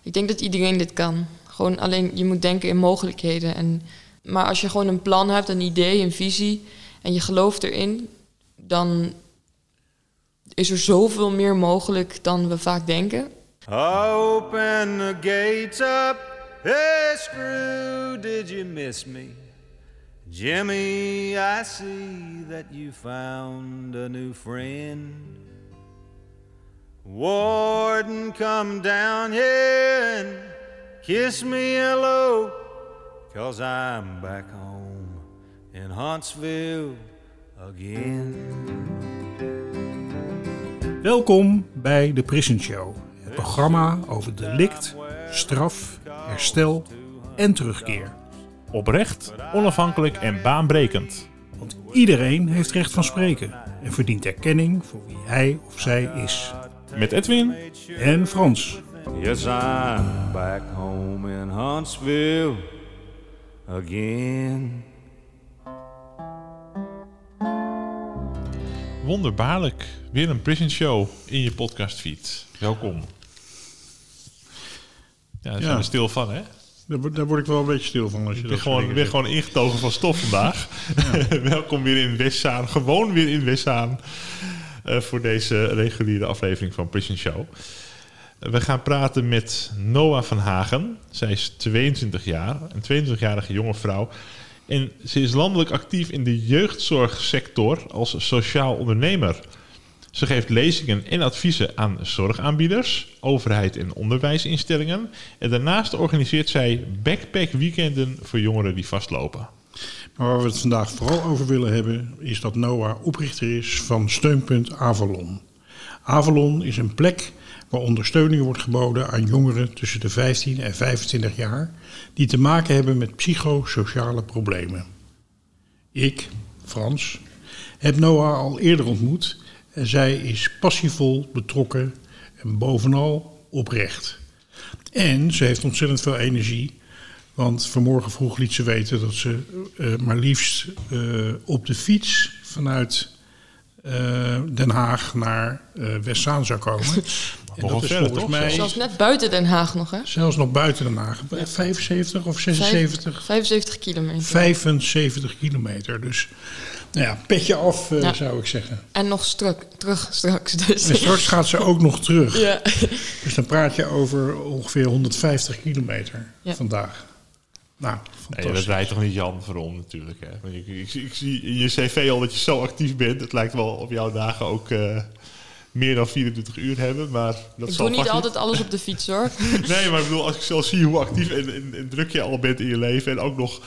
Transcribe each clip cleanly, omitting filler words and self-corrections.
Ik denk dat iedereen dit kan. Gewoon alleen, je moet denken in mogelijkheden. Maar als je gewoon een plan hebt, een idee, een visie en je gelooft erin, dan is er zoveel meer mogelijk dan we vaak denken. Open the gates up, hey Screw, did you miss me? Jimmy, I see that you found a new friend. Warden, come down here and kiss me hello, 'cause I'm back home in Huntsville again. Welkom bij de Prison Show, het programma over delict, straf, herstel en terugkeer. Oprecht, onafhankelijk en baanbrekend. Want iedereen heeft recht van spreken en verdient erkenning voor wie hij of zij is. Met Edwin en Frans. Yes, I'm back home in Huntsville again. Wonderbaarlijk, weer een Prison Show in je podcastfeed. Welkom. Ja, daar zijn we stil van, hè? Daar word ik wel een beetje stil van. Als je Ik ben gewoon ingetogen van stof vandaag. Ja. Welkom weer in Westzaan. Gewoon weer in Westzaan. Voor deze reguliere aflevering van Prison Show. We gaan praten met Noah van Hagen. Zij is 22 jaar. Een 22-jarige jonge vrouw. En ze is landelijk actief in de jeugdzorgsector als sociaal ondernemer. Ze geeft lezingen en adviezen aan zorgaanbieders, overheid en onderwijsinstellingen. En daarnaast organiseert zij backpackweekenden voor jongeren die vastlopen. Maar waar we het vandaag vooral over willen hebben, is dat Noah oprichter is van Steunpunt Avalon. Avalon is een plek waar ondersteuning wordt geboden aan jongeren tussen de 15 en 25 jaar... die te maken hebben met psychosociale problemen. Ik, Frans, heb Noah al eerder ontmoet en zij is passievol, betrokken en bovenal oprecht. En ze heeft ontzettend veel energie, want vanmorgen vroeg liet ze weten dat ze maar liefst op de fiets vanuit Den Haag naar Westzaan zou komen. En dat is volgens mij... Zelfs net buiten Den Haag nog, hè? Zelfs nog buiten Den Haag. 75 of 76? 75 kilometer. 75 kilometer. Dus, nou ja, petje af, zou ik zeggen. En nog terug straks. Dus. En straks gaat ze ook nog terug. Ja. Dus dan praat je over ongeveer 150 kilometer vandaag. Nou, fantastisch. Nee, dat rijdt toch niet Jan Veron natuurlijk, hè? Want ik zie in je cv al dat je zo actief bent. Het lijkt wel op jouw dagen ook meer dan 24 uur hebben. Maar dat ik doe niet altijd alles op de fiets, hoor. Nee, maar ik bedoel, als ik zelf zie hoe actief en druk je al bent in je leven... en ook nog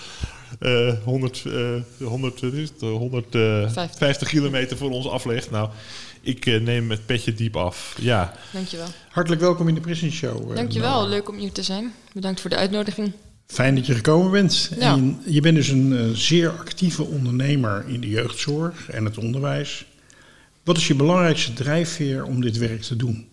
150 kilometer voor ons aflegt... Nou, ik neem het petje diep af. Ja. Dankjewel. Hartelijk welkom in de Prison Show. Dankjewel, leuk om hier te zijn. Bedankt voor de uitnodiging. Fijn dat je gekomen bent. Ja. En je bent dus een zeer actieve ondernemer in de jeugdzorg en het onderwijs. Wat is je belangrijkste drijfveer om dit werk te doen?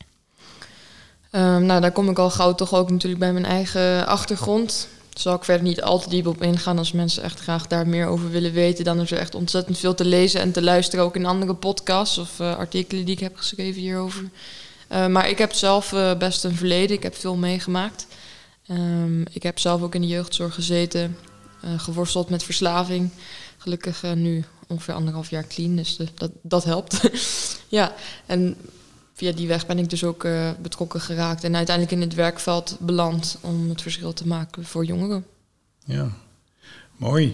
Nou, daar kom ik al gauw toch ook natuurlijk bij mijn eigen achtergrond. Daar zal ik verder niet al te diep op ingaan. Als mensen echt graag daar meer over willen weten, dan is er echt ontzettend veel te lezen en te luisteren. Ook in andere podcasts of artikelen die ik heb geschreven hierover. Maar ik heb zelf best een verleden. Ik heb veel meegemaakt. Ik heb zelf ook in de jeugdzorg gezeten, geworsteld met verslaving. Gelukkig nu ongeveer 1,5 jaar clean, dus dat helpt. Ja, en via die weg ben ik dus ook betrokken geraakt en uiteindelijk in het werkveld beland om het verschil te maken voor jongeren. Ja, mooi.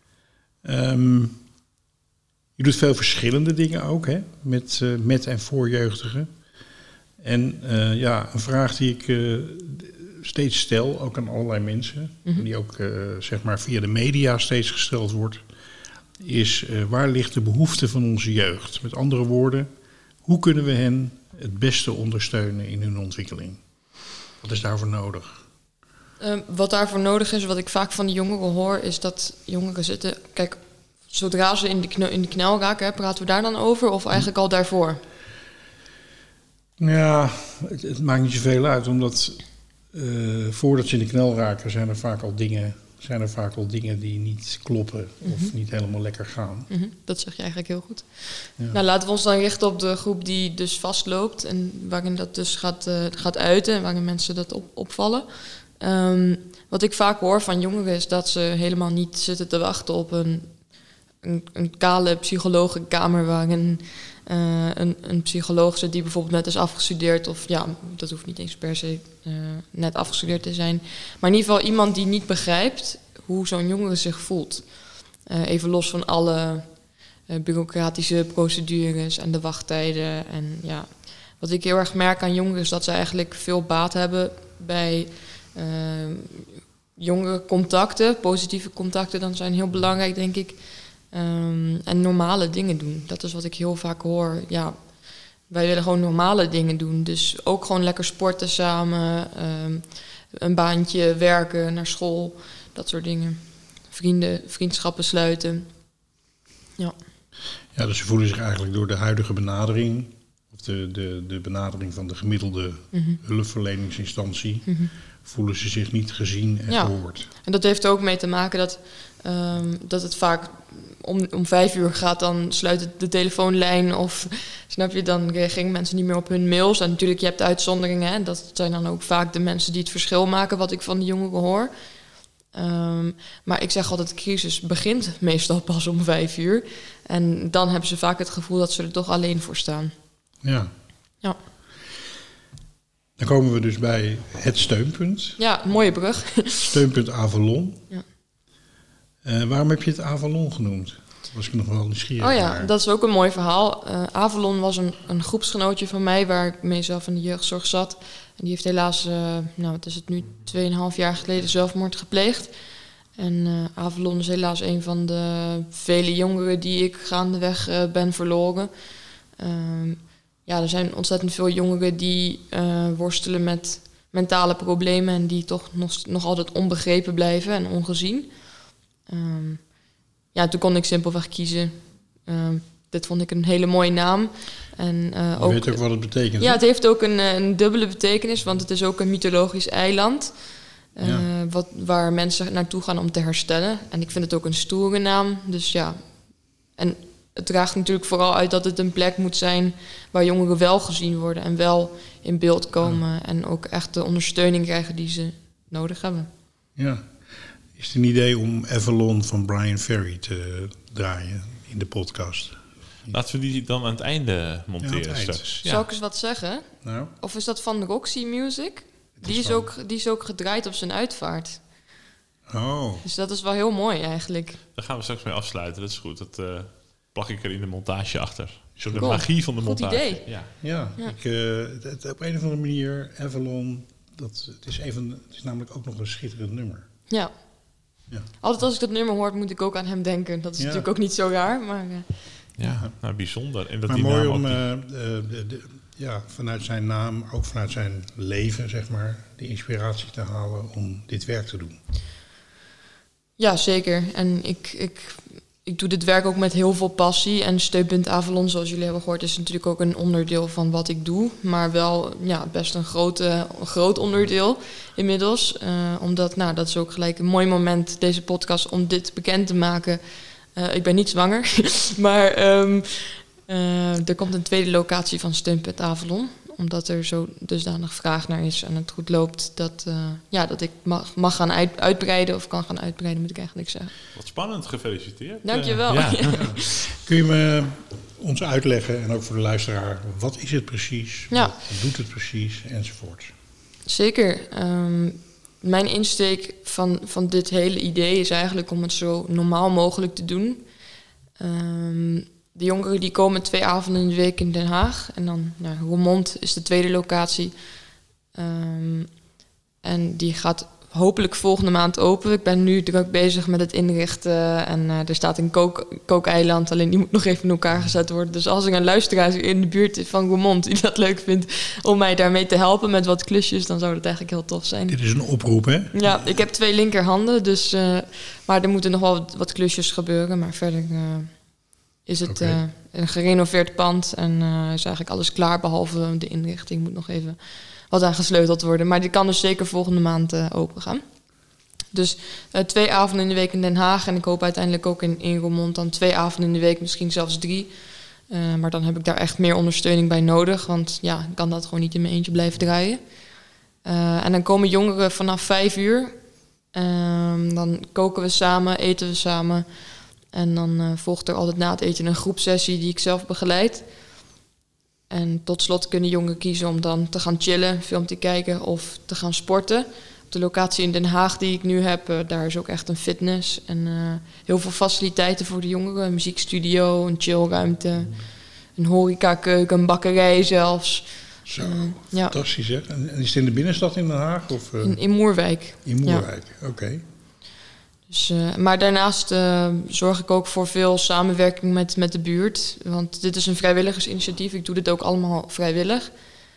Je doet veel verschillende dingen ook, hè? Met en voor jeugdigen. En een vraag die ik steeds stel, ook aan allerlei mensen, die ook zeg maar via de media steeds gesteld wordt, is waar ligt de behoefte van onze jeugd? Met andere woorden, hoe kunnen we hen het beste ondersteunen in hun ontwikkeling? Wat is daarvoor nodig? Wat daarvoor nodig is, wat ik vaak van de jongeren hoor, is dat jongeren zitten... Kijk, zodra ze in de knel raken, praten we daar dan over of eigenlijk al daarvoor? Ja, het maakt niet zoveel uit, omdat voordat ze in de knel raken zijn er vaak al dingen zijn er vaak wel dingen die niet kloppen of niet helemaal lekker gaan. Dat zeg je eigenlijk heel goed. Ja. Nou, laten we ons dan richten op de groep die dus vastloopt en waarin dat dus gaat uiten en waarin mensen dat opvallen. Wat ik vaak hoor van jongeren is dat ze helemaal niet zitten te wachten op een kale psychologenkamer waarin een psycholoog zit die bijvoorbeeld net is afgestudeerd. Of ja, dat hoeft niet eens per se net afgestudeerd te zijn. Maar in ieder geval iemand die niet begrijpt hoe zo'n jongere zich voelt. Even los van alle bureaucratische procedures en de wachttijden. En ja, wat ik heel erg merk aan jongeren is dat ze eigenlijk veel baat hebben bij jongere contacten. Positieve contacten dan zijn heel belangrijk, denk ik. En normale dingen doen. Dat is wat ik heel vaak hoor. Ja, wij willen gewoon normale dingen doen. Dus ook gewoon lekker sporten samen. Een baantje, werken, naar school. Dat soort dingen. Vriendschappen sluiten. Ja. Ja, dus ze voelen zich eigenlijk door de huidige benadering, of de benadering van de gemiddelde hulpverleningsinstantie, voelen ze zich niet gezien en gehoord. En dat heeft er ook mee te maken dat het vaak om 5 uur gaat, dan sluit het de telefoonlijn of snap je, dan reageren mensen niet meer op hun mails. En natuurlijk, je hebt uitzonderingen, hè? Dat zijn dan ook vaak de mensen die het verschil maken, wat ik van de jongeren hoor. Maar ik zeg altijd, de crisis begint meestal pas om 5 uur. En dan hebben ze vaak het gevoel dat ze er toch alleen voor staan. Ja. Ja. Dan komen we dus bij het steunpunt. Ja, mooie brug. Steunpunt Avalon. Ja. Waarom heb je het Avalon genoemd? Dat was ik nog wel nieuwsgierig. Oh ja, naar. dat is ook een mooi verhaal. Avalon was een groepsgenootje van mij waar ik mee zelf in de jeugdzorg zat. En die heeft helaas, wat is het nu, 2,5 jaar geleden zelfmoord gepleegd. En Avalon is helaas een van de vele jongeren die ik gaandeweg ben verloren. Er zijn ontzettend veel jongeren die worstelen met mentale problemen en die toch nog altijd onbegrepen blijven en ongezien. Toen kon ik simpelweg kiezen. Dit vond ik een hele mooie naam. En, je weet ook wat het betekent. Ja, het heeft ook een dubbele betekenis, want het is ook een mythologisch eiland. Waar mensen naartoe gaan om te herstellen. En ik vind het ook een stoere naam. Dus ja. En het draagt natuurlijk vooral uit dat het een plek moet zijn waar jongeren wel gezien worden en wel in beeld komen. En ook echt de ondersteuning krijgen die ze nodig hebben. Ja. Is het een idee om Avalon van Brian Ferry te draaien in de podcast? Laten we die dan aan het einde monteren Ja, aan het eind. straks. Zal ik eens wat zeggen? Nou, Of is dat van Roxy Music? Die is ook gedraaid op zijn uitvaart. oh. Dus dat is wel heel mooi eigenlijk. Daar gaan we straks mee afsluiten, dat is goed. Dat plak ik er in de montage achter. Zo de Cool. magie van de Goed montage. idee. Ja. Ja, Ja. op een of andere manier, Avalon, het is namelijk ook nog een schitterend nummer. Ja. Ja. Altijd als ik dat nummer hoor, moet ik ook aan hem denken. Dat is natuurlijk ook niet zo raar, maar... Ja, nou bijzonder. En dat Maar die mooi naam om vanuit zijn naam, ook vanuit zijn leven, zeg maar, de inspiratie te halen om dit werk te doen. Ja, zeker. En ik doe dit werk ook met heel veel passie. En Steunpunt Avalon, zoals jullie hebben gehoord, is natuurlijk ook een onderdeel van wat ik doe. Maar wel best een groot onderdeel inmiddels. Omdat, dat is ook gelijk een mooi moment, deze podcast, om dit bekend te maken. Ik ben niet zwanger, maar er komt een tweede locatie van Steunpunt Avalon. Omdat er zo dusdanig vraag naar is en het goed loopt dat ik mag gaan uitbreiden of kan gaan uitbreiden, moet ik eigenlijk zeggen. Wat spannend, gefeliciteerd. Dankjewel. Ja. Kun je ons uitleggen, en ook voor de luisteraar, wat is het precies? Ja. Wat doet het precies? Enzovoort. Zeker. Mijn insteek van dit hele idee is eigenlijk om het zo normaal mogelijk te doen. De jongeren die komen 2 avonden in de week in Den Haag. En dan Roermond is de tweede locatie. En die gaat hopelijk volgende maand open. Ik ben nu druk bezig met het inrichten. En er staat een kookeiland. Alleen die moet nog even in elkaar gezet worden. Dus als er een luisteraar in de buurt is van Roermond die dat leuk vindt om mij daarmee te helpen met wat klusjes, dan zou dat eigenlijk heel tof zijn. Dit is een oproep, hè? Ja, ik heb 2 linkerhanden. Dus, maar er moeten nog wel wat klusjes gebeuren. Maar verder is het een gerenoveerd pand. En is eigenlijk alles klaar, behalve de inrichting moet nog even wat aan gesleuteld worden. Maar die kan dus zeker volgende maand open gaan. Dus 2 avonden in de week in Den Haag. En ik hoop uiteindelijk ook in Roermond dan 2 avonden in de week, misschien zelfs 3. Maar dan heb ik daar echt meer ondersteuning bij nodig. Want ja, ik kan dat gewoon niet in mijn eentje blijven draaien. En dan komen jongeren vanaf 5 uur. Dan koken we samen, eten we samen. En dan volgt er altijd na het eten een groepsessie die ik zelf begeleid. En tot slot kunnen jongeren kiezen om dan te gaan chillen, film te kijken of te gaan sporten. Op de locatie in Den Haag die ik nu heb, daar is ook echt een fitness. En heel veel faciliteiten voor de jongeren. Een muziekstudio, een chillruimte, een horecakeuken, een bakkerij zelfs. Zo, fantastisch hè. En is het in de binnenstad in Den Haag? Of, in Moerwijk. In Moerwijk, ja. Oké. Dus, maar daarnaast zorg ik ook voor veel samenwerking met de buurt. Want dit is een vrijwilligersinitiatief. Ik doe dit ook allemaal vrijwillig.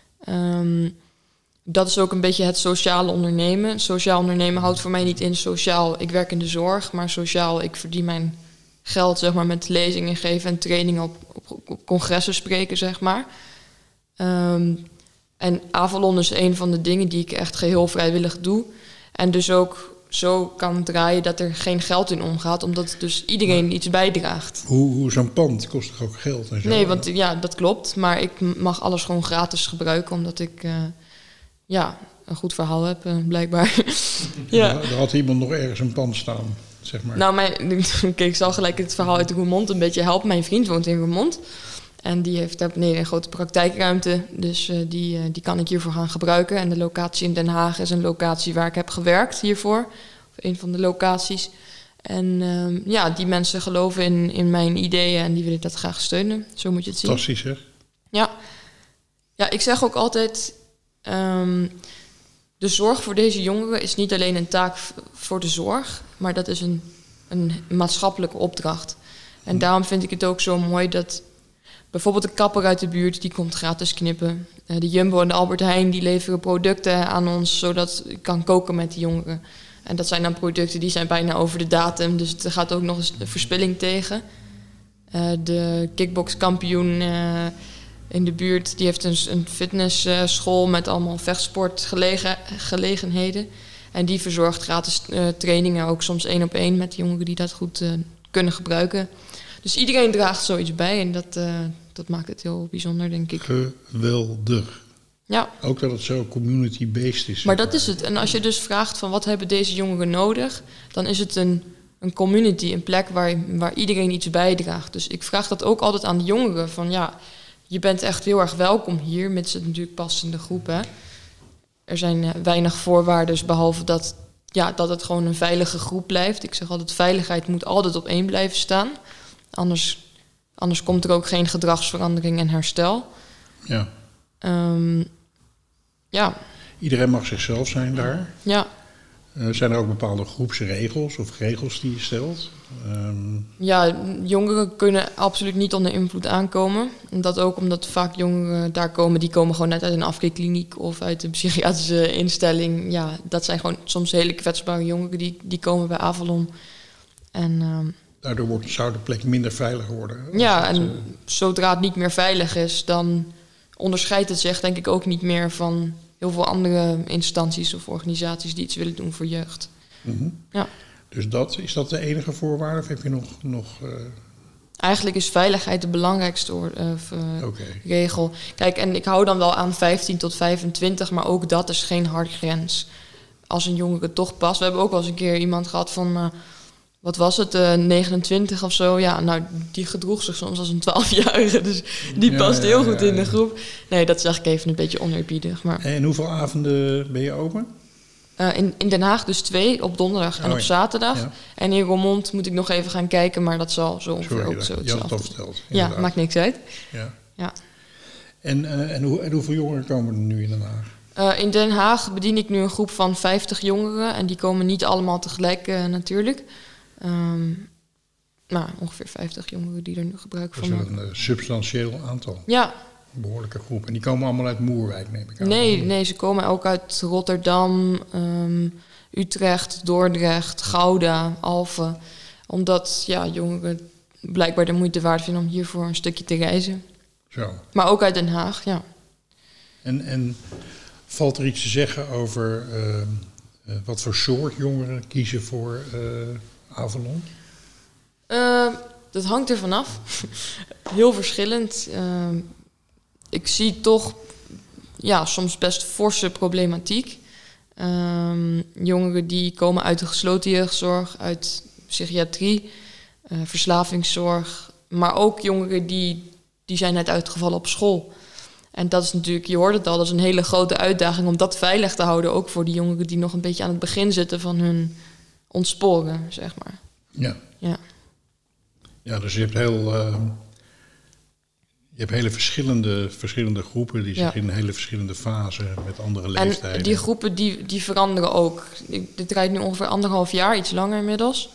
Dat is ook een beetje het sociale ondernemen. Sociaal ondernemen houdt voor mij niet in sociaal, ik werk in de zorg. Maar sociaal, ik verdien mijn geld zeg maar, met lezingen geven en trainingen op congressen spreken, zeg maar. En Avalon is een van de dingen die ik echt geheel vrijwillig doe. En dus ook zo kan draaien dat er geen geld in omgaat, omdat dus iedereen iets bijdraagt. Hoe zo'n pand kost toch ook geld? En zo? Nee, want ja, dat klopt. Maar ik mag alles gewoon gratis gebruiken, omdat ik een goed verhaal heb, blijkbaar. Ja. Er had iemand nog ergens een pand staan, zeg maar. Nou, ik zal gelijk het verhaal uit Roermond een beetje helpen. Mijn vriend woont in Roermond. En die heeft daar beneden een grote praktijkruimte. Dus die kan ik hiervoor gaan gebruiken. En de locatie in Den Haag is een locatie waar ik heb gewerkt hiervoor. Of een van de locaties. En die mensen geloven in mijn ideeën en die willen dat graag steunen. Zo moet je het zien. Fantastisch, hè? Ja, ik zeg ook altijd, de zorg voor deze jongeren is niet alleen een taak voor de zorg, maar dat is een maatschappelijke opdracht. En daarom vind ik het ook zo mooi dat bijvoorbeeld de kapper uit de buurt, die komt gratis knippen. De Jumbo en de Albert Heijn, die leveren producten aan ons, zodat ik kan koken met die jongeren. En dat zijn dan producten die zijn bijna over de datum, dus er gaat ook nog eens de verspilling tegen. De kickbokskampioen in de buurt, die heeft een fitnessschool met allemaal vechtsportgelegenheden. En die verzorgt gratis trainingen, ook soms 1-op-1 met jongeren die dat goed kunnen gebruiken. Dus iedereen draagt zoiets bij en dat maakt het heel bijzonder, denk ik. Geweldig. Ja. Ook dat het zo community-based is. Maar dat is het. En als je dus vraagt van wat hebben deze jongeren nodig, dan is het een community, een plek waar iedereen iets bijdraagt. Dus ik vraag dat ook altijd aan de jongeren van je bent echt heel erg welkom hier, mits het natuurlijk past in de groep. Hè. Er zijn weinig voorwaarden, behalve dat het gewoon een veilige groep blijft. Ik zeg altijd, veiligheid moet altijd op één blijven staan. Anders komt er ook geen gedragsverandering en herstel. Ja. Iedereen mag zichzelf zijn daar. Ja. Zijn er ook bepaalde groepsregels of regels die je stelt? Jongeren kunnen absoluut niet onder invloed aankomen. En dat ook omdat vaak jongeren daar komen, die komen gewoon net uit een afkeerkliniek of uit een psychiatrische instelling. Ja, dat zijn gewoon soms hele kwetsbare jongeren die komen bij Avalon. En daardoor zou de plek minder veilig worden. Zodra het niet meer veilig is, dan onderscheidt het zich denk ik ook niet meer van heel veel andere instanties of organisaties die iets willen doen voor jeugd. Mm-hmm. Ja. Dus is dat de enige voorwaarde of heb je nog Eigenlijk is veiligheid de belangrijkste regel. Kijk, en ik hou dan wel aan 15 tot 25, maar ook dat is geen harde grens. Als een jongere toch past. We hebben ook wel eens een keer iemand gehad van, wat was het, 29 of zo. Ja, nou, die gedroeg zich soms als een 12-jarige, dus die past heel goed in de groep. Nee, dat zeg ik even een beetje oneerbiedig. Maar en hoeveel avonden ben je open? In Den Haag dus 2, op donderdag en op zaterdag. Ja. En in Roermond moet ik nog even gaan kijken, maar dat zal zo ongeveer ook zo hetzelfde. Je had het al verteld. Ja, maakt niks uit. Ja. En hoeveel jongeren komen er nu in Den Haag? In Den Haag bedien ik nu een groep van 50 jongeren. En die komen niet allemaal tegelijk natuurlijk. Ongeveer 50 jongeren die er nu gebruik van maken. Dat is een substantieel aantal. Ja. Een behoorlijke groep. En die komen allemaal uit Moerwijk, neem ik aan. Nee, ze komen ook uit Rotterdam, Utrecht, Dordrecht, Gouda, Alphen. Omdat jongeren blijkbaar de moeite waard vinden om hiervoor een stukje te reizen. Zo. Maar ook uit Den Haag, ja. En valt er iets te zeggen over Wat voor soort jongeren kiezen voor Avalon? Dat hangt er vanaf. Heel verschillend. Ik zie toch soms best forse problematiek. Jongeren die komen uit de gesloten jeugdzorg, uit psychiatrie, verslavingszorg. Maar ook jongeren die zijn net uitgevallen op school. En dat is natuurlijk, je hoort het al, dat is een hele grote uitdaging om dat veilig te houden. Ook voor die jongeren die nog een beetje aan het begin zitten van hun ontsporen, zeg maar. Ja, dus je hebt hele verschillende groepen die zich in hele verschillende fasen met andere leeftijden. En die groepen die veranderen ook. Dit draait nu ongeveer 1,5 jaar, iets langer inmiddels.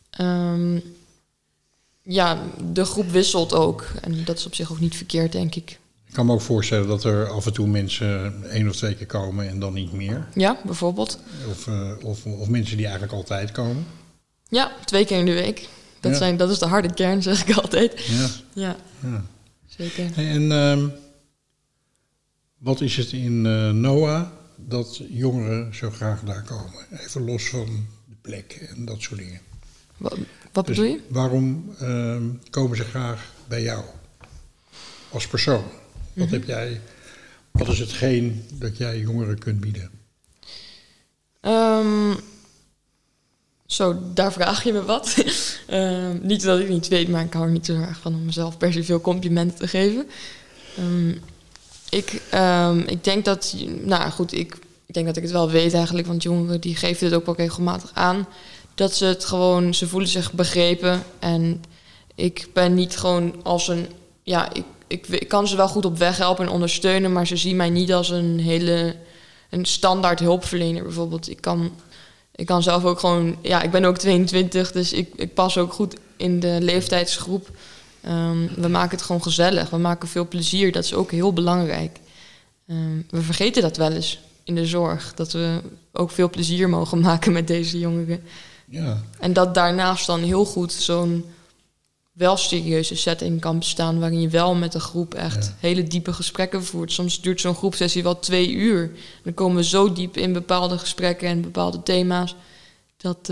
De groep wisselt ook. En dat is op zich ook niet verkeerd, denk ik. Ik kan me ook voorstellen dat er af en toe mensen 1 of 2 keer komen en dan niet meer. Ja, bijvoorbeeld. Of mensen die eigenlijk altijd komen. Ja, 2 keer in de week. Dat is de harde kern, zeg ik altijd. Ja. Zeker. En wat is het in Noah dat jongeren zo graag daar komen? Even los van de plek en dat soort dingen. Wat bedoel je? Waarom komen ze graag bij jou als persoon? Wat heb jij? Wat is hetgeen dat jij jongeren kunt bieden? Daar vraag je me wat. Niet dat ik niet weet, maar ik hou er niet zo erg van om mezelf per se veel complimenten te geven. Ik denk dat... ik denk dat ik het wel weet eigenlijk, want jongeren die geven dit ook wel regelmatig aan. Dat ze het gewoon... Ze voelen zich begrepen. En ik ben niet gewoon als een... Ik kan ze wel goed op weg helpen en ondersteunen, maar ze zien mij niet als een standaard hulpverlener bijvoorbeeld. Ik kan zelf ook gewoon... ik ben ook 22, dus ik pas ook goed in de leeftijdsgroep. We maken het gewoon gezellig. We maken veel plezier. Dat is ook heel belangrijk. We vergeten dat wel eens in de zorg. Dat we ook veel plezier mogen maken met deze jongeren. Ja. En dat daarnaast dan heel goed zo'n wel serieuze setting kan bestaan, waarin je wel met de groep echt hele diepe gesprekken voert. Soms duurt zo'n groepsessie wel 2 uur. Dan komen we zo diep in bepaalde gesprekken en bepaalde thema's. Dat,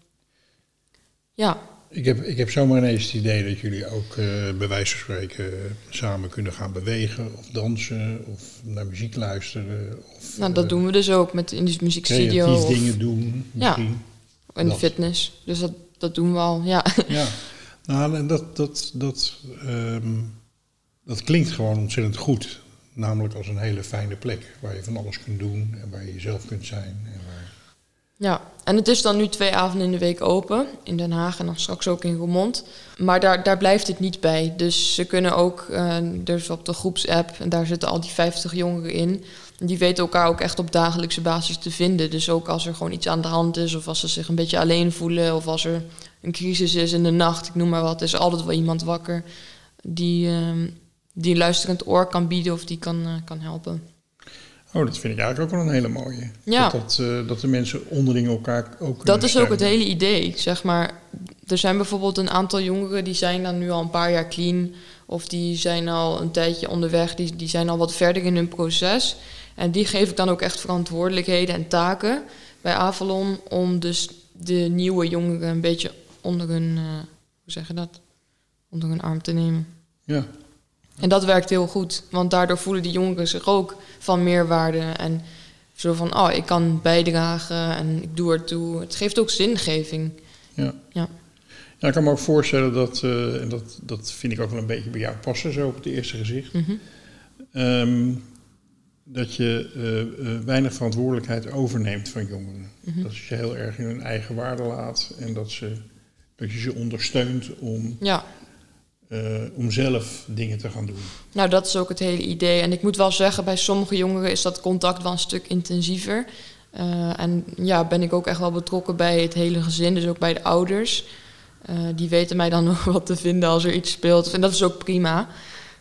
Ik heb zomaar ineens het idee dat jullie ook bij wijze van spreken samen kunnen gaan bewegen of dansen of naar muziek luisteren. Of, dat doen we dus ook in die muziekstudio. Creatief dingen doen misschien. Ja, en fitness. Dus dat doen we al, ja. Nou, en dat klinkt gewoon ontzettend goed. Namelijk als een hele fijne plek waar je van alles kunt doen en waar je jezelf kunt zijn. Ja, en het is dan nu 2 avonden in de week open in Den Haag en dan straks ook in Roermond. Maar daar blijft het niet bij. Dus ze kunnen ook, dus op de groepsapp, en daar zitten al die 50 jongeren in. Die weten elkaar ook echt op dagelijkse basis te vinden. Dus ook als er gewoon iets aan de hand is of als ze zich een beetje alleen voelen of als er een crisis is in de nacht, ik noem maar wat, is altijd wel iemand wakker die een luisterend oor kan bieden of die kan helpen. Oh, dat vind ik eigenlijk ook wel een hele mooie. Ja. Dat de mensen onderling elkaar ook kunnen Dat is ook het steunen. hele idee, zeg maar. Er zijn bijvoorbeeld een aantal jongeren die zijn dan nu al een paar jaar clean, of die zijn al een tijdje onderweg, die zijn al wat verder in hun proces. En die geef ik dan ook echt verantwoordelijkheden en taken bij Avalon om dus de nieuwe jongeren een beetje onder hun, onder hun arm te nemen. Ja. En dat werkt heel goed, want daardoor voelen die jongeren zich ook van meerwaarde en zo van, ik kan bijdragen en ik doe ertoe. Het geeft ook zingeving. Ja, ik kan me ook voorstellen dat, en dat vind ik ook wel een beetje bij jou passen, zo op het eerste gezicht, dat je weinig verantwoordelijkheid overneemt van jongeren. Dat je ze heel erg in hun eigen waarde laat en dat je ze ondersteunt om zelf dingen te gaan doen. Nou, dat is ook het hele idee. En ik moet wel zeggen, bij sommige jongeren is dat contact wel een stuk intensiever. En ben ik ook echt wel betrokken bij het hele gezin, dus ook bij de ouders. Die weten mij dan nog wat te vinden als er iets speelt. En dat is ook prima.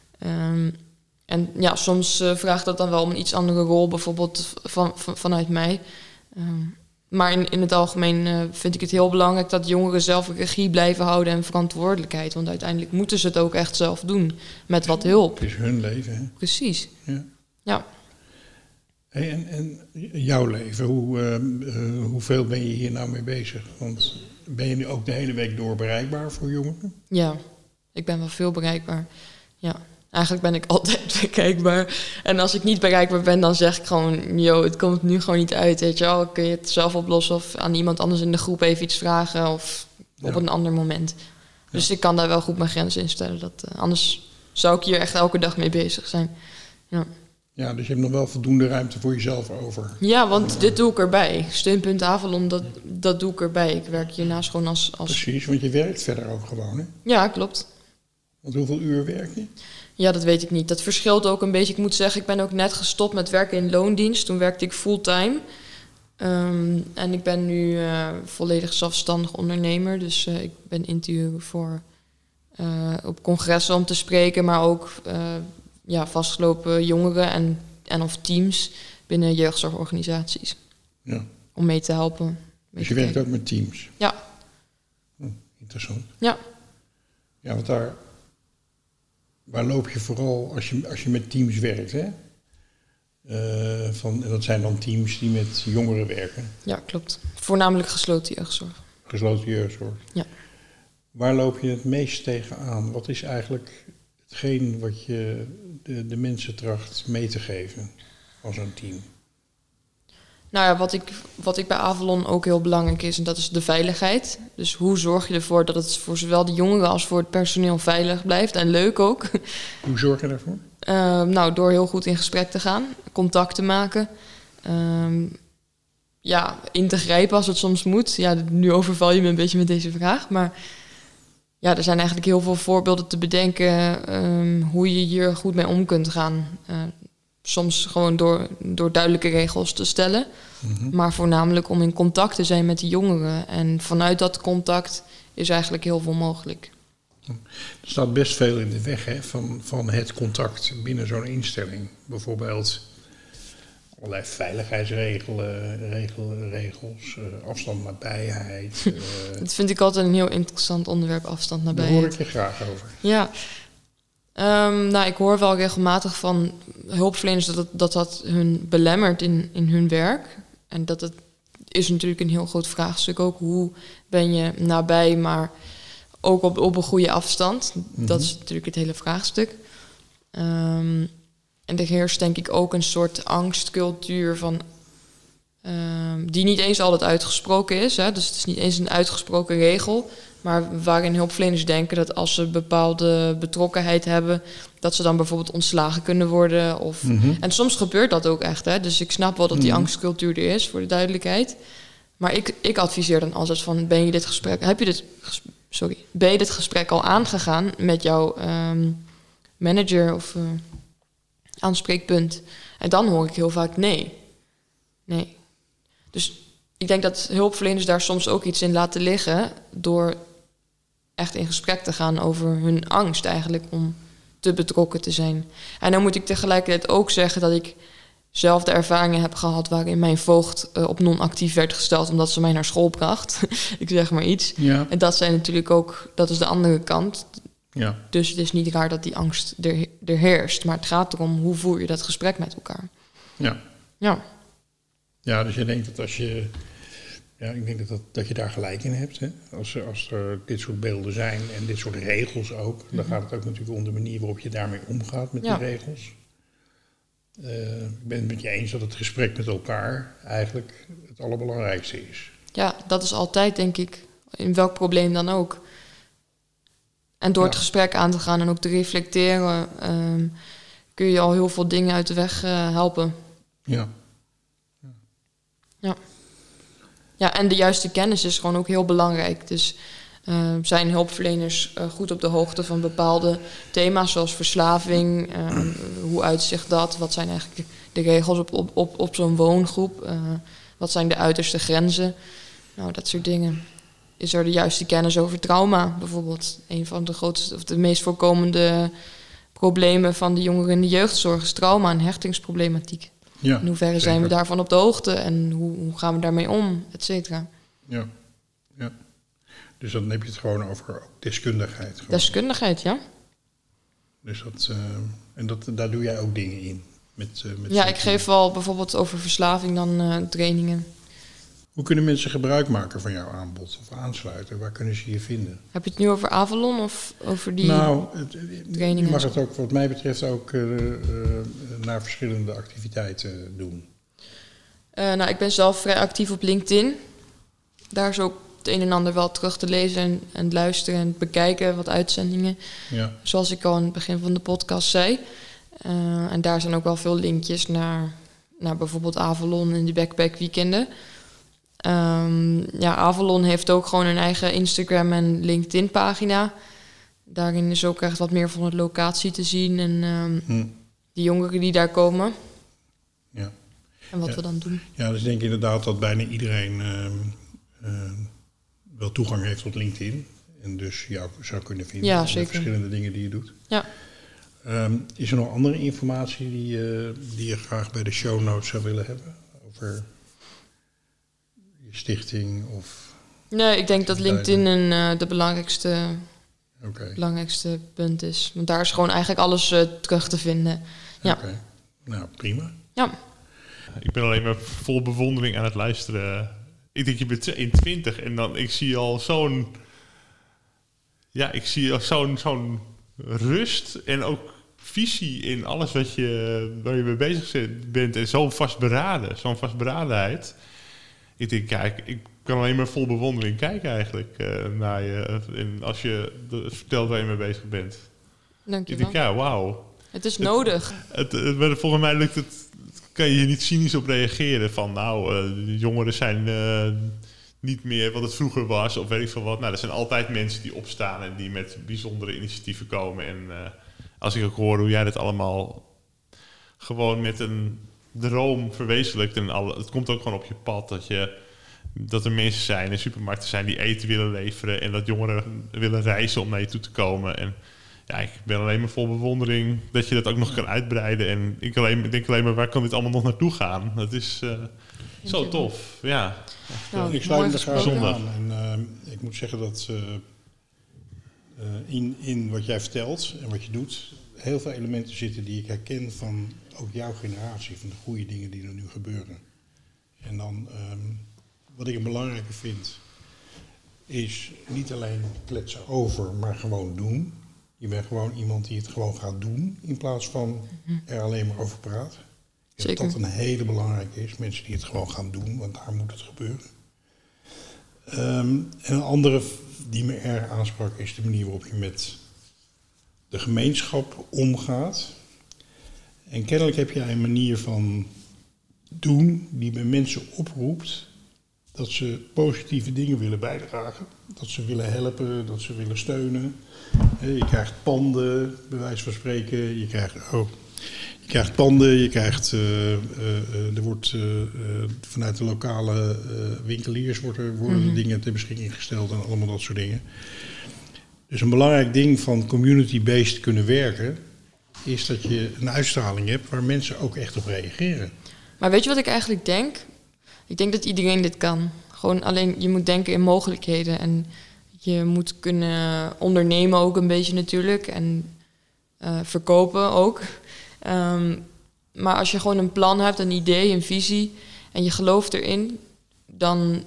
En soms vraagt dat dan wel om een iets andere rol, bijvoorbeeld vanuit mij. Maar in het algemeen vind ik het heel belangrijk dat jongeren zelf regie blijven houden en verantwoordelijkheid. Want uiteindelijk moeten ze het ook echt zelf doen, met wat hulp. Het is hun leven, hè? Precies. Ja. Hey, en jouw leven, hoeveel ben je hier nou mee bezig? Want ben je nu ook de hele week door bereikbaar voor jongeren? Ja, ik ben wel veel bereikbaar. Ja, eigenlijk ben ik altijd bereikbaar. En als ik niet bereikbaar ben, dan zeg ik gewoon... het komt nu gewoon niet uit, weet je wel. Kun je het zelf oplossen of aan iemand anders in de groep even iets vragen... of op een ander moment. Dus ik kan daar wel goed mijn grenzen in stellen. Anders zou ik hier echt elke dag mee bezig zijn. Ja, dus je hebt nog wel voldoende ruimte voor jezelf over. Ja, want dit doe ik erbij. Steunpunt Avalon, dat doe ik erbij. Ik werk hiernaast gewoon als... Precies, want je werkt verder ook gewoon, hè? Ja, klopt. Want hoeveel uur werk je? Ja, dat weet ik niet. Dat verschilt ook een beetje. Ik moet zeggen, ik ben ook net gestopt met werken in loondienst. Toen werkte ik fulltime. En ik ben nu volledig zelfstandig ondernemer. Dus ik ben in te huren voor op congressen om te spreken... maar ook vastgelopen jongeren en of teams binnen jeugdzorgorganisaties. Ja. Om mee te helpen. Dus je werkt ook met teams? Ja. Interessant. Ja. Ja, want waar loop je vooral als je met teams werkt, hè? En dat zijn dan teams die met jongeren werken? Ja, klopt. Voornamelijk gesloten jeugdzorg. Gesloten jeugdzorg? Ja. Waar loop je het meest tegenaan? Wat is eigenlijk hetgeen wat je de mensen tracht mee te geven als een team? Nou ja, wat ik bij Avalon ook heel belangrijk is, en dat is de veiligheid. Dus hoe zorg je ervoor dat het voor zowel de jongeren als voor het personeel veilig blijft en leuk ook. Hoe zorg je daarvoor? Door heel goed in gesprek te gaan, contact te maken. In te grijpen als het soms moet. Ja, nu overval je me een beetje met deze vraag, maar ja, er zijn eigenlijk heel veel voorbeelden te bedenken hoe je hier goed mee om kunt gaan. Soms gewoon door duidelijke regels te stellen. Mm-hmm. Maar voornamelijk om in contact te zijn met de jongeren. En vanuit dat contact is eigenlijk heel veel mogelijk. Er staat best veel in de weg, hè, van het contact binnen zo'n instelling. Bijvoorbeeld allerlei veiligheidsregels, afstand, nabijheid. Dat vind ik altijd een heel interessant onderwerp, afstand, nabijheid. Daar hoor ik je graag over. Ja. Ik hoor wel regelmatig van hulpverleners dat hun belemmert in hun werk. En dat is natuurlijk een heel groot vraagstuk ook. Hoe ben je nabij, maar ook op een goede afstand? Mm-hmm. Dat is natuurlijk het hele vraagstuk. En er heerst denk ik ook een soort angstcultuur van... die niet eens altijd uitgesproken is. Hè? Dus het is niet eens een uitgesproken regel... maar waarin hulpverleners denken dat als ze bepaalde betrokkenheid hebben... dat ze dan bijvoorbeeld ontslagen kunnen worden. En soms gebeurt dat ook echt. Hè? Dus ik snap wel dat die angstcultuur er is, voor de duidelijkheid. Maar ik adviseer dan altijd van... ben je dit gesprek al aangegaan met jouw manager of aanspreekpunt? En dan hoor ik heel vaak nee. Dus ik denk dat hulpverleners daar soms ook iets in laten liggen... door echt in gesprek te gaan over hun angst eigenlijk om te betrokken te zijn. En dan moet ik tegelijkertijd ook zeggen dat ik zelf de ervaringen heb gehad... waarin mijn voogd op non-actief werd gesteld omdat ze mij naar school bracht. Ik zeg maar iets. Ja. En dat zijn natuurlijk ook, dat is de andere kant. Ja. Dus het is niet raar dat die angst er heerst. Maar het gaat erom, hoe voer je dat gesprek met elkaar? Ja. Ja, dus je denkt dat als je... Ja, ik denk dat je daar gelijk in hebt. Hè? Als er dit soort beelden zijn en dit soort regels ook... dan gaat het ook natuurlijk om de manier waarop je daarmee omgaat met die regels. Ik ben het met je eens dat het gesprek met elkaar eigenlijk het allerbelangrijkste is. Ja, dat is altijd, denk ik, in welk probleem dan ook. En door het gesprek aan te gaan en ook te reflecteren... kun je al heel veel dingen uit de weg helpen. Ja, en de juiste kennis is gewoon ook heel belangrijk. Dus zijn hulpverleners goed op de hoogte van bepaalde thema's... zoals verslaving, hoe uitzicht dat? Wat zijn eigenlijk de regels op zo'n woongroep? Wat zijn de uiterste grenzen? Nou, dat soort dingen. Is er de juiste kennis over trauma bijvoorbeeld? Een van de grootste of de meest voorkomende problemen van de jongeren in de jeugdzorg... is trauma en hechtingsproblematiek. Ja, in hoeverre zijn we daarvan op de hoogte en hoe gaan we daarmee om, et cetera. Ja. Dus dan heb je het gewoon over deskundigheid. Gewoon. Deskundigheid, ja. Dus daar doe jij ook dingen in? Ja, ik geef wel bijvoorbeeld over verslaving dan trainingen. Hoe kunnen mensen gebruik maken van jouw aanbod of aansluiten? Waar kunnen ze je vinden? Heb je het nu over Avalon of over die trainingen? Je mag het ook, wat mij betreft, ook naar verschillende activiteiten doen. Ik ben zelf vrij actief op LinkedIn. Daar is ook het een en ander wel terug te lezen en luisteren en bekijken, wat uitzendingen. Ja. Zoals ik al in het begin van de podcast zei. En daar zijn ook wel veel linkjes naar bijvoorbeeld Avalon en die backpack weekenden. Avalon heeft ook gewoon een eigen Instagram en LinkedIn pagina. Daarin is ook echt wat meer van de locatie te zien en die jongeren die daar komen. Ja. En wat we dan doen. Ja, dus ik denk inderdaad dat bijna iedereen wel toegang heeft tot LinkedIn. En dus jou zou kunnen vinden. Ja, de zeker. Verschillende dingen die je doet. Ja. Is er nog andere informatie die je graag bij de show notes zou willen hebben? Over je stichting of... Nee, ik denk dat LinkedIn de belangrijkste punt is. Want daar is gewoon eigenlijk alles terug te vinden. Ja. Oké. Nou, prima. Ja. Ik ben alleen maar vol bewondering aan het luisteren. Ik denk, je bent 22 en dan ik zie al zo'n rust en ook visie in alles waar je mee bezig bent. En zo'n vastberadenheid. Ik denk, kijk, ik kan alleen maar vol bewondering kijken eigenlijk naar je. En als je vertelt waar je mee bezig bent. Dank je wel. Ik denk, ja, wauw. Het is nodig. Volgens mij lukt het... Kan je hier niet cynisch op reageren van... de jongeren zijn niet meer wat het vroeger was... of weet ik veel wat. Nou, er zijn altijd mensen die opstaan... en die met bijzondere initiatieven komen. En als ik ook hoor hoe jij dat allemaal... gewoon met een droom verwezenlijkt... en het komt ook gewoon op je pad... dat er mensen zijn in supermarkten zijn... die eten willen leveren... en dat jongeren willen reizen om naar je toe te komen... En ja, ik ben alleen maar vol bewondering dat je dat ook nog kan uitbreiden. En ik denk alleen maar, waar kan dit allemaal nog naartoe gaan? Dat is zo tof, ja. Ik sluit me graag aan. En ik moet zeggen dat in wat jij vertelt en wat je doet... heel veel elementen zitten die ik herken van ook jouw generatie. Van de goede dingen die er nu gebeuren. En dan, wat ik het belangrijke vind... is niet alleen kletsen over, maar gewoon doen... Je bent gewoon iemand die het gewoon gaat doen... in plaats van er alleen maar over praten. Dat dat een hele belangrijke is. Mensen die het gewoon gaan doen, want daar moet het gebeuren. En een andere die me erg aansprak... is de manier waarop je met de gemeenschap omgaat. En kennelijk heb jij een manier van doen... die bij mensen oproept... dat ze positieve dingen willen bijdragen. Dat ze willen helpen, dat ze willen steunen... Je krijgt panden, bij wijze van spreken. Je krijgt panden, er wordt vanuit de lokale winkeliers worden de dingen ter beschikking gesteld en allemaal dat soort dingen. Dus een belangrijk ding van community-based kunnen werken is dat je een uitstraling hebt waar mensen ook echt op reageren. Maar weet je wat ik eigenlijk denk? Ik denk dat iedereen dit kan. Gewoon alleen, je moet denken in mogelijkheden en... Je moet kunnen ondernemen ook een beetje natuurlijk. En verkopen ook. Maar als je gewoon een plan hebt, een idee, een visie... en je gelooft erin... dan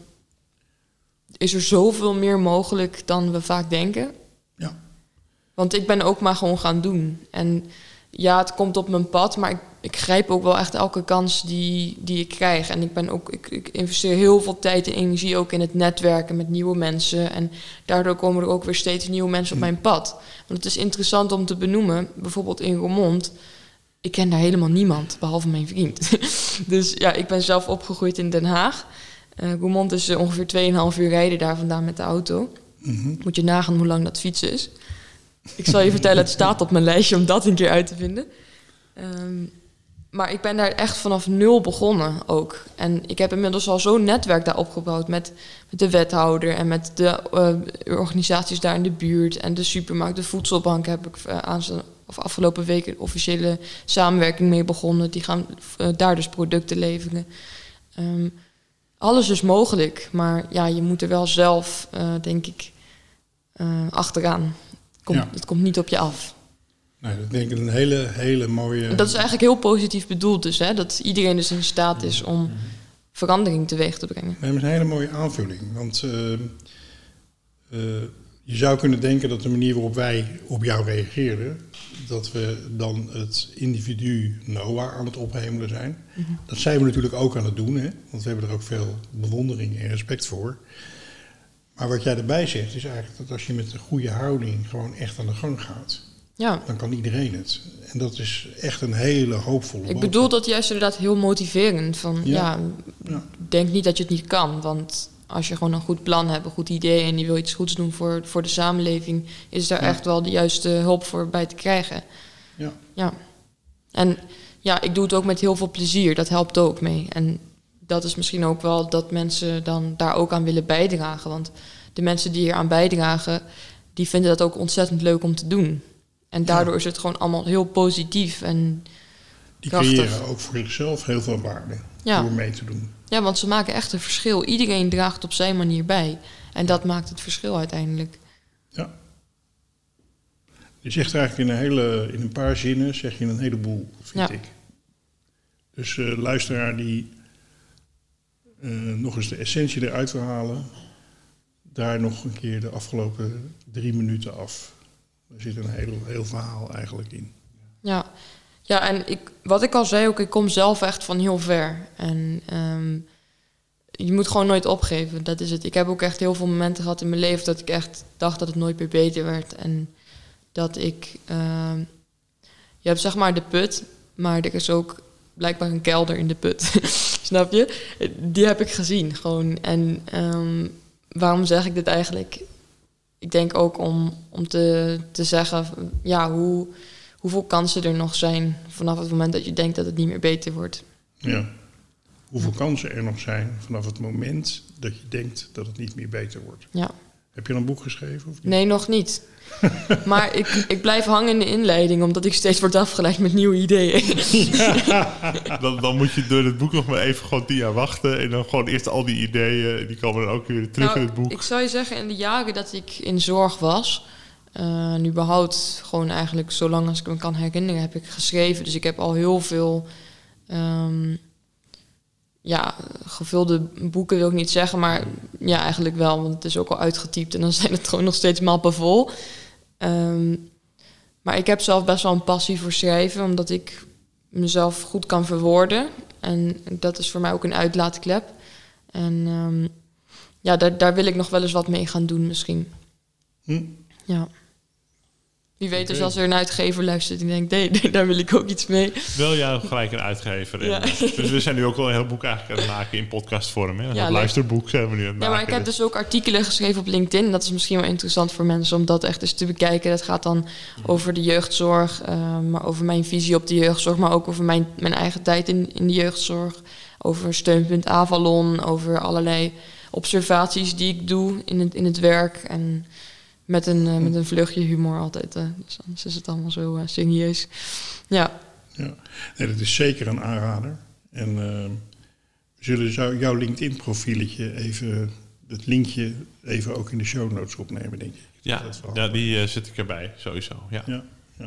is er zoveel meer mogelijk dan we vaak denken. Ja. Want ik ben ook maar gewoon gaan doen. En ja, het komt op mijn pad... maar ik grijp ook wel echt elke kans die ik krijg. En ik investeer heel veel tijd en energie ook in het netwerken met nieuwe mensen. En daardoor komen er ook weer steeds nieuwe mensen op mijn pad. Want het is interessant om te benoemen, bijvoorbeeld in Roermond. Ik ken daar helemaal niemand, behalve mijn vriend. Dus ja, ik ben zelf opgegroeid in Den Haag. Roermond is ongeveer 2,5 uur rijden daar vandaan met de auto. Moet je nagaan hoe lang dat fietsen is. Ik zal je vertellen, het staat op mijn lijstje om dat een keer uit te vinden. Maar ik ben daar echt vanaf 0 begonnen ook. En ik heb inmiddels al zo'n netwerk daar opgebouwd... met de wethouder en met de organisaties daar in de buurt... en de supermarkt, de voedselbank heb ik afgelopen week... een officiële samenwerking mee begonnen. Die gaan daar dus producten leveren. Alles is mogelijk, maar ja, je moet er wel zelf, denk ik, achteraan. Het komt niet op je af. Nou, dat denk ik een hele mooie... Dat is eigenlijk heel positief bedoeld dus, hè? Dat iedereen dus in staat is om verandering teweeg te brengen. Nee, maar een hele mooie aanvulling. Want je zou kunnen denken dat de manier waarop wij op jou reageerden, dat we dan het individu Noah aan het ophemelen zijn. Mm-hmm. Dat zijn we natuurlijk ook aan het doen, hè? Want we hebben er ook veel bewondering en respect voor. Maar wat jij erbij zegt is eigenlijk dat als je met een goede houding gewoon echt aan de gang gaat, dan kan iedereen het. En dat is echt een hele hoopvolle boodschap. Ik bedoel dat juist inderdaad heel motiverend. Van denk niet dat je het niet kan. Want als je gewoon een goed plan hebt, een goed idee en je wil iets goeds doen voor de samenleving, is daar echt wel de juiste hulp voor bij te krijgen. Ja. En ja, ik doe het ook met heel veel plezier. Dat helpt ook mee. En dat is misschien ook wel dat mensen dan daar ook aan willen bijdragen. Want de mensen die hier aan bijdragen, die vinden dat ook ontzettend leuk om te doen. En daardoor is het gewoon allemaal heel positief en die krachtig. Creëren ook voor zichzelf heel veel waarde door mee te doen. Ja, want ze maken echt een verschil. Iedereen draagt op zijn manier bij. En dat maakt het verschil uiteindelijk. Ja. Je zegt eigenlijk in een paar zinnen zeg je een heleboel, vind ik. Dus luisteraar die nog eens de essentie eruit wil halen, daar nog een keer de afgelopen 3 minuten af. Er zit een heel verhaal eigenlijk in. Ja, en wat ik al zei ook, ik kom zelf echt van heel ver. En je moet gewoon nooit opgeven, dat is het. Ik heb ook echt heel veel momenten gehad in mijn leven dat ik echt dacht dat het nooit meer beter werd. En dat ik... je hebt zeg maar de put, maar er is ook blijkbaar een kelder in de put. Snap je? Die heb ik gezien gewoon. En waarom zeg ik dit eigenlijk? Ik denk ook om te zeggen, hoeveel kansen er nog zijn vanaf het moment dat je denkt dat het niet meer beter wordt. Ja, hoeveel kansen er nog zijn vanaf het moment dat je denkt dat het niet meer beter wordt. Ja. Heb je al een boek geschreven? Of niet? Nee, nog niet. Maar ik blijf hangen in de inleiding, omdat ik steeds word afgeleid met nieuwe ideeën. Dan moet je door het boek nog maar even gewoon 10 jaar wachten. En dan gewoon eerst al die ideeën, die komen dan ook weer terug in het boek. Ik zou je zeggen, in de jaren dat ik in zorg was, en überhaupt gewoon eigenlijk zolang als ik me kan herinneren, heb ik geschreven. Dus ik heb al heel veel gevulde boeken wil ik niet zeggen, maar ja, eigenlijk wel, want het is ook al uitgetypt en dan zijn het gewoon nog steeds mappen vol. Maar ik heb zelf best wel een passie voor schrijven, omdat ik mezelf goed kan verwoorden. En dat is voor mij ook een uitlaatklep. En daar wil ik nog wel eens wat mee gaan doen misschien. Ja. Wie weet, dus als er een uitgever luistert die denkt, nee, daar wil ik ook iets mee. Wel jou gelijk een uitgever. Ja. Dus we zijn nu ook wel een heel boek eigenlijk aan het maken in podcastvorm. Hè? Een luisterboek zijn we nu aan het maken. Ja, maar ik heb dus ook artikelen geschreven op LinkedIn. Dat is misschien wel interessant voor mensen om dat echt eens te bekijken. Dat gaat dan over de jeugdzorg, maar over mijn visie op de jeugdzorg, maar ook over mijn eigen tijd in de jeugdzorg. Over Steunpunt Avalon, over allerlei observaties die ik doe in het werk. En met een vleugje humor altijd. Dus anders is het allemaal zo serieus. Ja. Nee, dat is zeker een aanrader. En we zullen jouw LinkedIn-profieletje even, het linkje even ook in de show notes opnemen, denk ik. Ja, die zet ik erbij, sowieso. Ja.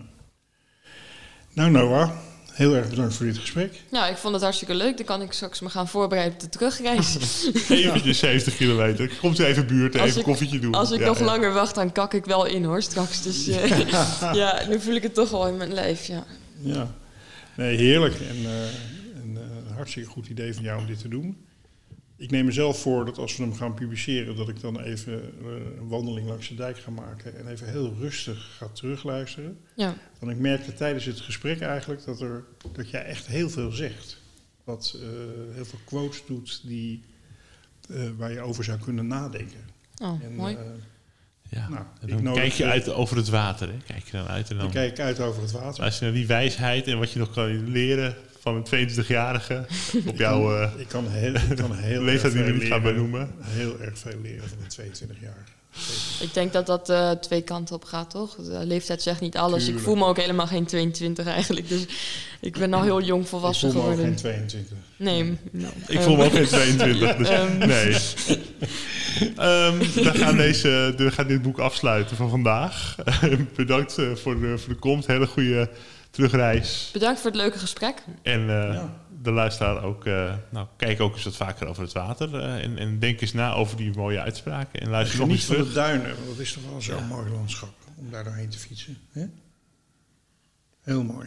Nou, Noah, heel erg bedankt voor dit gesprek. Ja, ik vond het hartstikke leuk. Dan kan ik straks me gaan voorbereiden op de terugreis. Eventjes 70 kilometer. Komt u even buurt, even een koffietje doen. Als ik nog langer wacht, dan kak ik wel in hoor straks. Dus nu voel ik het toch wel in mijn lijf. Ja. Nee, heerlijk. En een hartstikke goed idee van jou om dit te doen. Ik neem mezelf voor dat als we hem gaan publiceren, dat ik dan even een wandeling langs de dijk ga maken en even heel rustig ga terugluisteren. Ja. Want ik merkte tijdens het gesprek eigenlijk dat jij echt heel veel zegt. Wat heel veel quotes doet waar je over zou kunnen nadenken. Mooi. Dan kijk je uit over het water. Hè? Kijk je dan uit en dan kijk ik uit over het water. Als je naar die wijsheid en wat je nog kan leren van een 22-jarige op jouw ik kan heel leeftijd die we niet gaan benoemen. Heel erg veel leren van een 22-jarige. Ik denk dat twee kanten op gaat, toch? De leeftijd zegt niet alles. Tuurlijk. Ik voel me ook helemaal geen 22 eigenlijk. Dus ik ben al heel jong volwassen geworden. Ik voel me ook geen 22. Nee. Ik voel me ook geen 22. Dus nee. We gaan dit boek afsluiten van vandaag. Bedankt voor de komst. Hele goede terugreis. Bedankt voor het leuke gesprek. En de luisteraar ook. Kijk ook eens wat vaker over het water. En denk eens na over die mooie uitspraken. En luister nog eens terug. Van de duinen, want dat is toch wel zo'n mooi landschap. Om daar doorheen te fietsen. Hè? Heel mooi.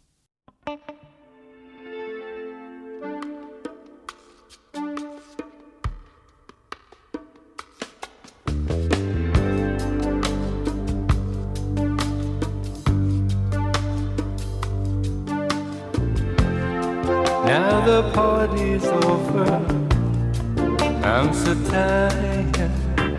Now the party's over, I'm so tired.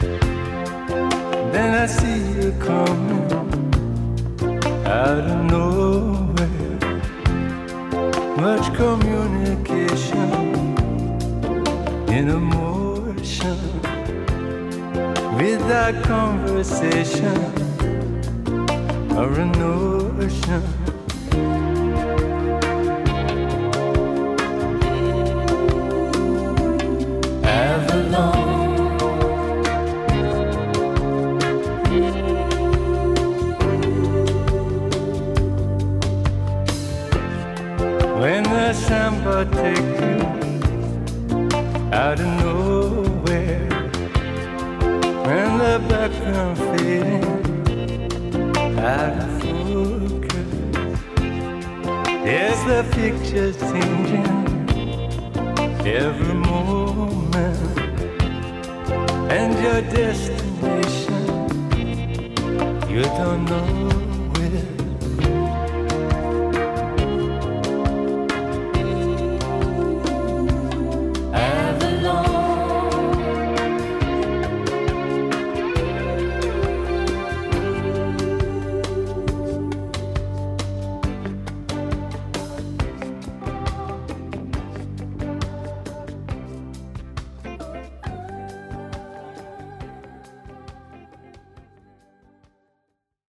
Then I see you coming out of nowhere. Much communication in emotion, without conversation or a notion. When the samba take you out of nowhere, when the background fading out of focus, there's the picture changing every moment, and your destination you don't know.